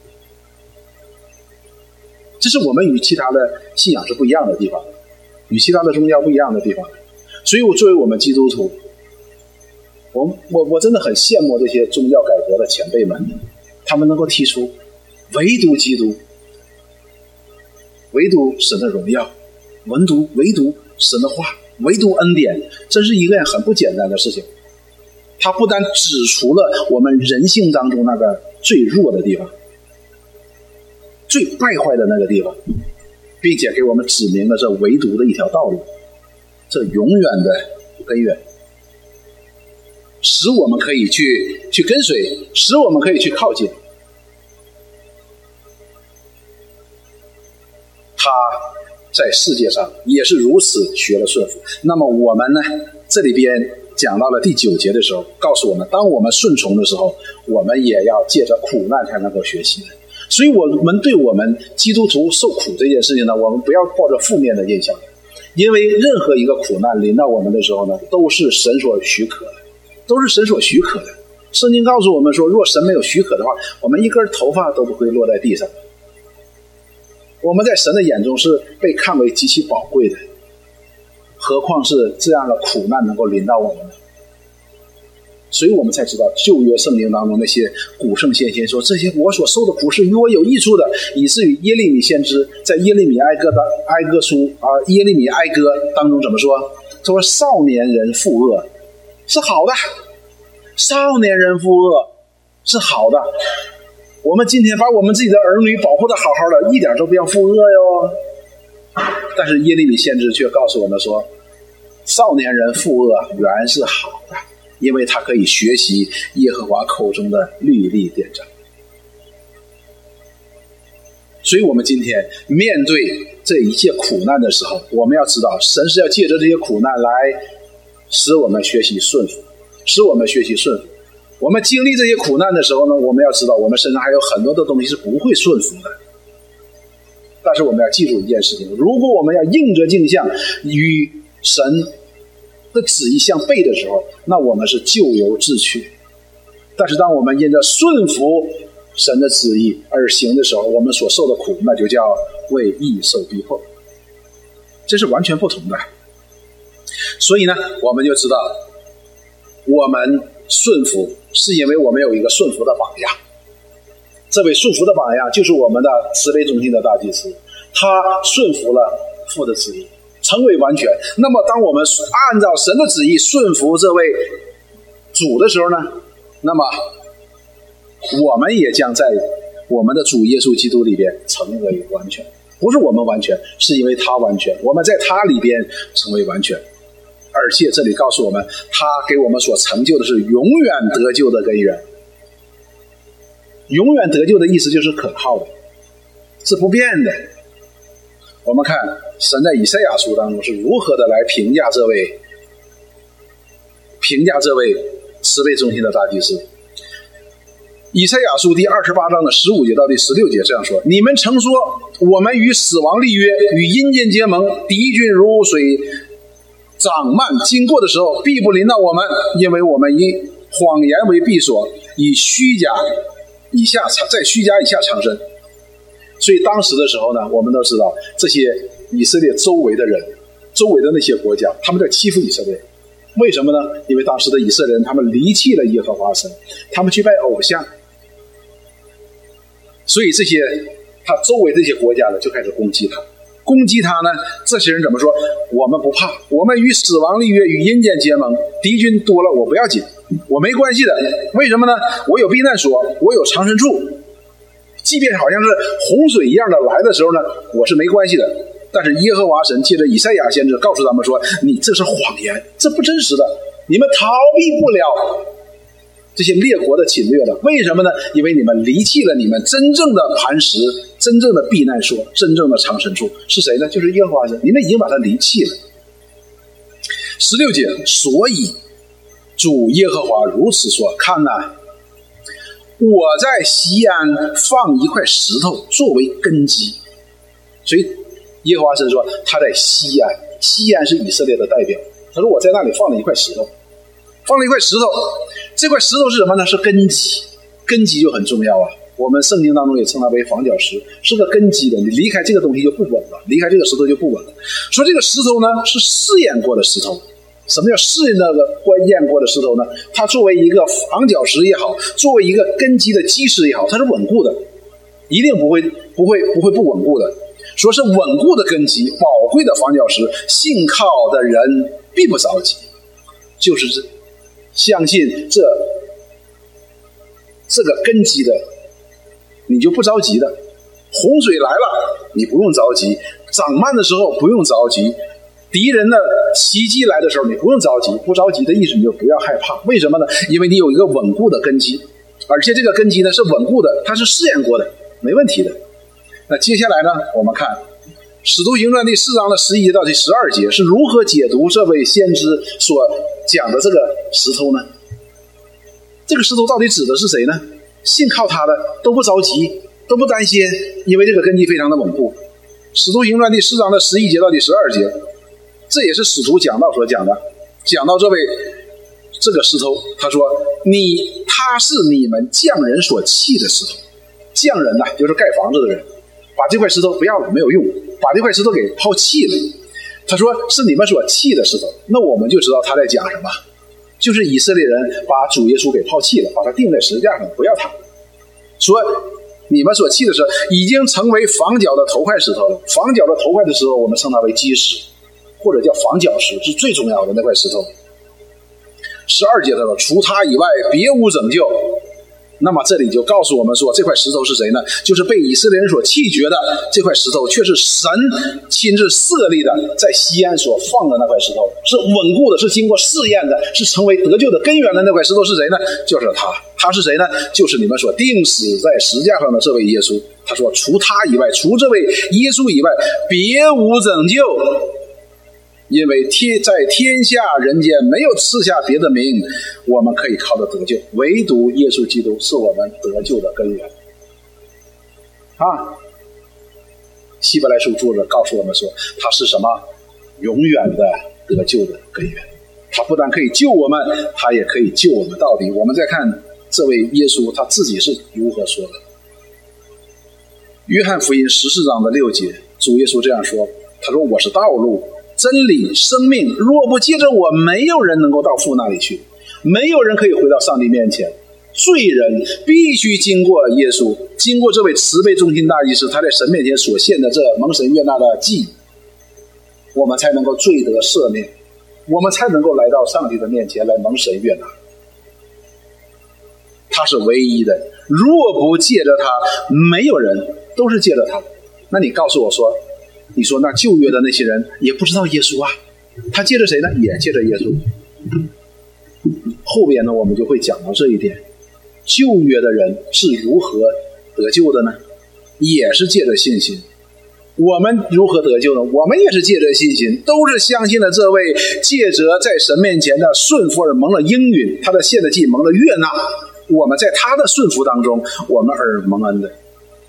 A: 这是我们与其他的信仰是不一样的地方，与其他的宗教不一样的地方。所以我作为我们基督徒，我真的很羡慕这些宗教改革的前辈们，他们能够提出唯独基督，唯独神的荣耀，唯独神的话，唯独恩典，这是一个很不简单的事情。它不但指出了我们人性当中那个最弱的地方，最败坏的那个地方，并且给我们指明了这唯独的一条道路，这永远的根源，使我们可以去跟随，使我们可以去靠近。他在世界上也是如此学了顺服。那么我们呢，这里边讲到了第9节的时候，告诉我们当我们顺从的时候，我们也要借着苦难才能够学习的。所以我们对我们基督徒受苦这件事情呢，我们不要抱着负面的印象，因为任何一个苦难临到我们的时候呢，都是神所许可的，都是神所许可的。圣经告诉我们说，若神没有许可的话，我们一根头发都不会落在地上。我们在神的眼中是被看为极其宝贵的，何况是这样的苦难能够临到我们呢？所以我们才知道旧约圣经当中那些古圣先贤说，这些我所受的苦是与我有益处的，以至于耶利米先知在耶利米哀歌当中怎么说？他说少年人负恶是好的，少年人负恶是好的。我们今天把我们自己的儿女保护得好好的，一点都不要负恶哟。但是耶利米先知却告诉我们说，少年人负恶原是好的，因为他可以学习耶和华口中的律例典章。所以我们今天面对这一切苦难的时候，我们要知道神是要借着这些苦难来使我们学习顺服，使我们学习顺服。我们经历这些苦难的时候呢，我们要知道我们身上还有很多的东西是不会顺服的。但是我们要记住一件事情，如果我们要硬着镜像与神的旨意相悖的时候，那我们是咎由自取。但是当我们因着顺服神的旨意而行的时候，我们所受的苦那就叫为义受逼迫，这是完全不同的。所以呢，我们就知道我们顺服是因为我们有一个顺服的榜样。这位顺服的榜样就是我们的慈悲忠心的大祭司，他顺服了父的旨意，成为完全。那么当我们按照神的旨意顺服这位主的时候呢，那么我们也将在我们的主耶稣基督里边成为完全。 不是我们完全，是因为他完全，我们在他里边成为完全。而且这里告诉我们，他给我们所成就的是永远得救的根源。永远得救的意思就是可靠的，是不变的。我们看神在以赛亚书当中是如何的来评价这位慈悲忠心的大祭司。以赛亚书第28章的15节到第16节这样说：你们曾说，我们与死亡立约，与阴间结盟，敌军如水涨漫经过的时候，必不临到我们，因为我们以谎言为避所，以虚假以下在虚假以下藏身。所以当时的时候呢，我们都知道这些以色列周围的人，周围的那些国家，他们在欺负以色列。为什么呢？因为当时的以色列人他们离弃了耶和华神，他们去拜偶像，所以他周围这些国家呢就开始攻击他。攻击他呢，这些人怎么说？我们不怕，我们与死亡立约，与阴间结盟，敌军多了我不要紧，我没关系的。为什么呢？我有避难所，我有藏身处，即便好像是洪水一样的来的时候呢，我是没关系的。但是耶和华神借着以赛亚先知告诉他们说，你这是谎言，这不真实的，你们逃避不了这些列国的侵略的。为什么呢？因为你们离弃了你们真正的磐石，真正的避难所，真正的藏身处是谁呢？就是耶和华神，你们已经把他离弃了。16节，所以主耶和华如此说，看哪，我在西安放一块石头作为根基。所以耶和华神说他在西安，西安是以色列的代表，他说我在那里放了一块石头，这块石头是什么呢？是根基，根基就很重要啊。我们圣经当中也称它为房角石，是个根基的，你离开这个东西就不稳了，离开这个石头就不稳了。说这个石头呢是试验过的石头。什么叫试验过的石头呢？它作为一个房角石也好，作为一个根基的基石也好，它是稳固的，一定不会不稳固的。说是稳固的根基，宝贵的房角石，信靠的人必不着急。就是相信这个根基的，你就不着急的。洪水来了，你不用着急；涨漫的时候不用着急；敌人的袭击来的时候，你不用着急。不着急的意思，你就不要害怕。为什么呢？因为你有一个稳固的根基，而且这个根基呢是稳固的，它是试验过的，没问题的。那接下来呢，我们看使徒行传第4章的11节到第12节是如何解读这位先知所讲的这个石头呢？这个石头到底指的是谁呢？信靠他的都不着急，都不担心，因为这个根基非常的稳固。使徒行传第4章的11节到第12节，这也是使徒讲道所讲的，讲到这个石头，他说他是你们匠人所弃的石头。匠人就是盖房子的人，把这块石头不要了，没有用，把这块石头给抛弃了。他说是你们所弃的石头。那我们就知道他在讲什么，就是以色列人把主耶稣给抛弃了，把他钉在十字架上，不要他。说你们所弃的石头已经成为房角的头块石头了。房角的头块的石头，我们称它为基石，或者叫房角石，是最重要的那块石头。12节他说，除他以外别无拯救。那么这里就告诉我们说，这块石头是谁呢？就是被以色列人所弃绝的这块石头，却是神亲自设立的，在西安所放的那块石头，是稳固的，是经过试验的，是成为得救的根源的那块石头是谁呢？就是他。他是谁呢？就是你们所钉死在十字架上的这位耶稣。他说除他以外，除这位耶稣以外别无拯救，因为在天下人间没有赐下别的名，我们可以靠着得救，唯独耶稣基督是我们得救的根源。希伯来书作者告诉我们说，他是什么？永远的得救的根源。他不但可以救我们，他也可以救我们到底。我们再看这位耶稣他自己是如何说的。约翰福音14章的6节，主耶稣这样说，他说我是道路真理生命，若不借着我，没有人能够到父那里去，没有人可以回到上帝面前。罪人必须经过耶稣，经过这位慈悲忠心大祭司，他在神面前所献的这蒙神悦纳的祭，我们才能够罪得赦免，我们才能够来到上帝的面前来蒙神悦纳。他是唯一的，若不借着他，没有人，都是借着他。 那你告诉我说，你说那旧约的那些人也不知道耶稣啊，他借着谁呢？也借着耶稣。后边呢，我们就会讲到这一点。旧约的人是如何得救的呢？也是借着信心。我们如何得救呢？我们也是借着信心，都是相信了这位借着在神面前的顺服而蒙了应允，他的献的祭蒙了悦纳，我们在他的顺服当中，我们而蒙恩的。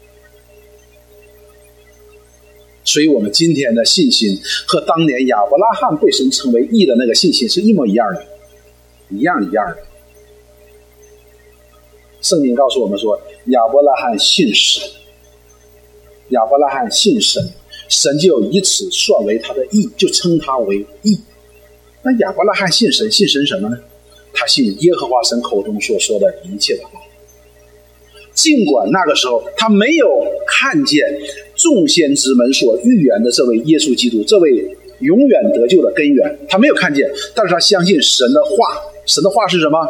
A: 所以我们今天的信心和当年亚伯拉罕被神称为义的那个信心是一模一样的，一样的。圣经告诉我们说，亚伯拉罕信神，亚伯拉罕信神，神就以此算为他的义，就称他为义。那亚伯拉罕信神，信神什么呢？他信耶和华神口中所说的一切的话。尽管那个时候他没有看见众先知们所预言的这位耶稣基督，这位永远得救的根源，他没有看见，但是他相信神的话。神的话是什么？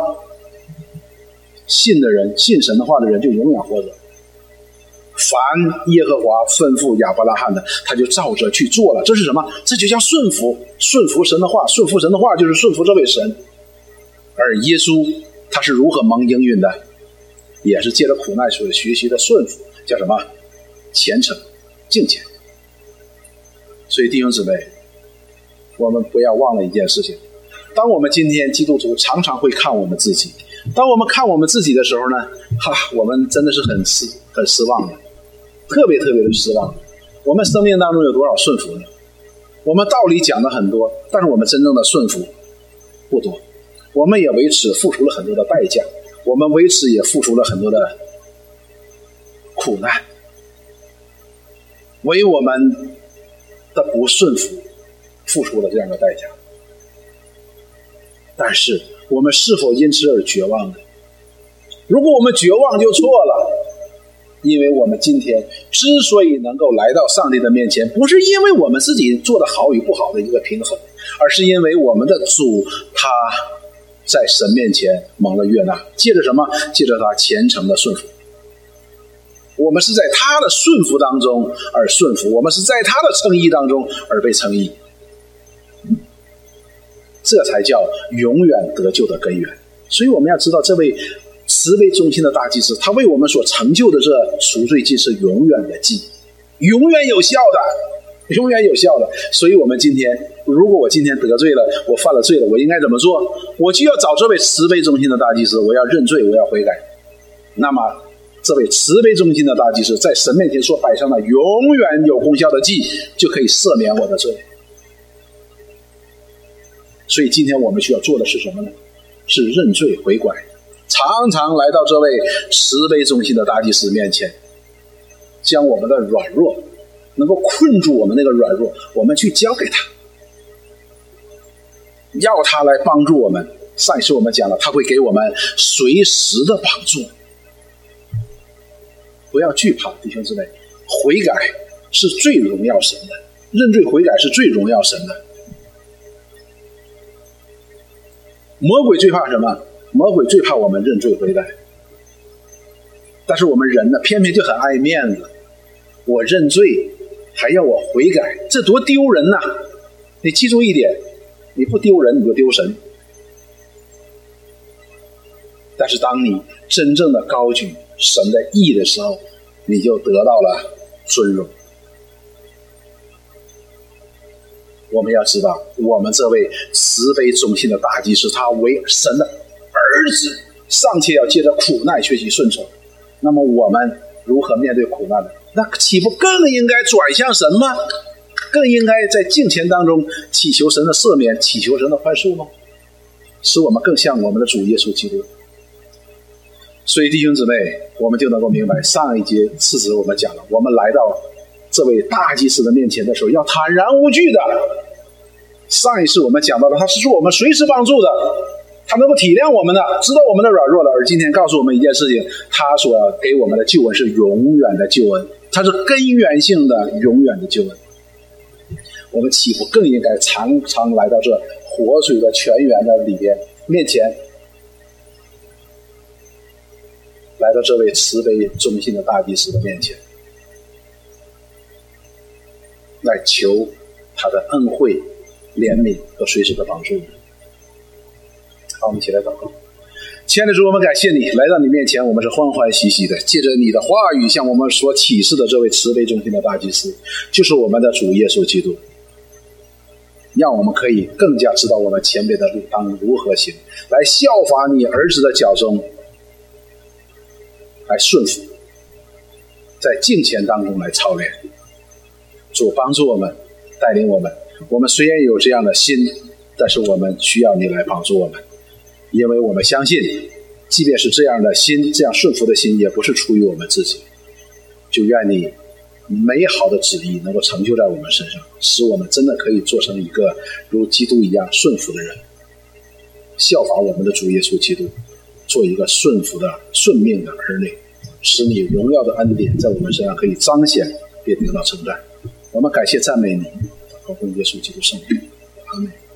A: 信的人，信神的话的人就永远活着。凡耶和华吩咐亚伯拉罕的，他就照着去做了。这是什么？这就叫顺服，顺服神的话。顺服神的话就是顺服这位神。而耶稣他是如何蒙应允的？也是借着苦难所学习的顺服，叫什么？虔诚敬虔。所以弟兄姊妹，我们不要忘了一件事情，当我们今天基督徒常常会看我们自己，当我们看我们自己的时候呢，我们真的是很失望的，特别的失望。我们生命当中有多少顺服呢？我们道理讲的很多，但是我们真正的顺服不多。我们也为此付出了很多的代价，我们为此也付出了很多的苦难，为我们的不顺服付出了这样的代价。但是我们是否因此而绝望呢？如果我们绝望就错了，因为我们今天之所以能够来到上帝的面前，不是因为我们自己做的好与不好的一个平衡，而是因为我们的主他在神面前蒙了悦纳，借着什么？借着他虔诚的顺服。我们是在他的顺服当中而顺服，我们是在他的称义当中而被称义，这才叫永远得救的根源。所以我们要知道，这位慈悲忠心的大祭司，他为我们所成就的这赎罪祭是永远的祭，永远有效的，永远有效的。所以我们今天，如果我今天得罪了，我犯了罪了，我应该怎么做？我就要找这位慈悲忠心的大祭司，我要认罪，我要悔改。那么这位慈悲忠心的大祭司在神面前所摆上的永远有功效的祭，就可以赦免我的罪。所以今天我们需要做的是什么呢？是认罪悔改，常常来到这位慈悲忠心的大祭司面前，将我们的软弱，能够困住我们那个软弱，我们去交给他，要他来帮助我们。上一次我们讲了，他会给我们随时的帮助。不要惧怕，弟兄姊妹，悔改是最荣耀神的，认罪悔改是最荣耀神的。魔鬼最怕什么？魔鬼最怕我们认罪悔改。但是我们人呢，偏偏就很爱面子，我认罪还要我悔改，这多丢人呐！你记住一点，你不丢人你就丢神。但是当你真正的高举神的义的时候，你就得到了尊荣。我们要知道，我们这位慈悲忠心的大祭司，他为神的儿子，尚且要借着苦难学习顺从，那么我们如何面对苦难呢？那岂不更应该转向神吗？更应该在敬虔当中祈求神的赦免，祈求神的宽恕吗？使我们更像我们的主耶稣基督。所以弟兄姊妹，我们就能够明白，上一节次子我们讲了，我们来到这位大祭司的面前的时候，要坦然无惧的。上一次我们讲到了，他是说我们随时帮助的，他能够体谅我们的，知道我们的软弱的。而今天告诉我们一件事情，他所给我们的救恩是永远的救恩，它是根源性的永远的救恩。我们岂不更应该常常来到这活水的泉源的里边面前，来到这位慈悲忠心的大祭司的面前？ 来求他的恩惠、怜悯和随时的帮助。好，我们一起来祷告。亲爱的主，我们感谢你来到你面前，我们是欢欢喜喜的，借着你的话语向我们所启示的这位慈悲忠心的大祭司，就是我们的主耶稣基督，让我们可以更加知道我们前面的路当如何行，来效法你儿子的脚中，来顺服，在敬虔当中来操练。主帮助我们，带领我们。我们虽然有这样的心，但是我们需要你来帮助我们，因为我们相信，即便是这样的心，这样顺服的心，也不是出于我们自己。就愿你美好的旨意能够成就在我们身上，使我们真的可以做成一个如基督一样顺服的人，效法我们的主耶稣基督，做一个顺服的顺命的儿女，使你荣耀的恩典在我们身上可以彰显并得到称赞。我们感谢赞美你，奉耶稣基督圣名，阿们。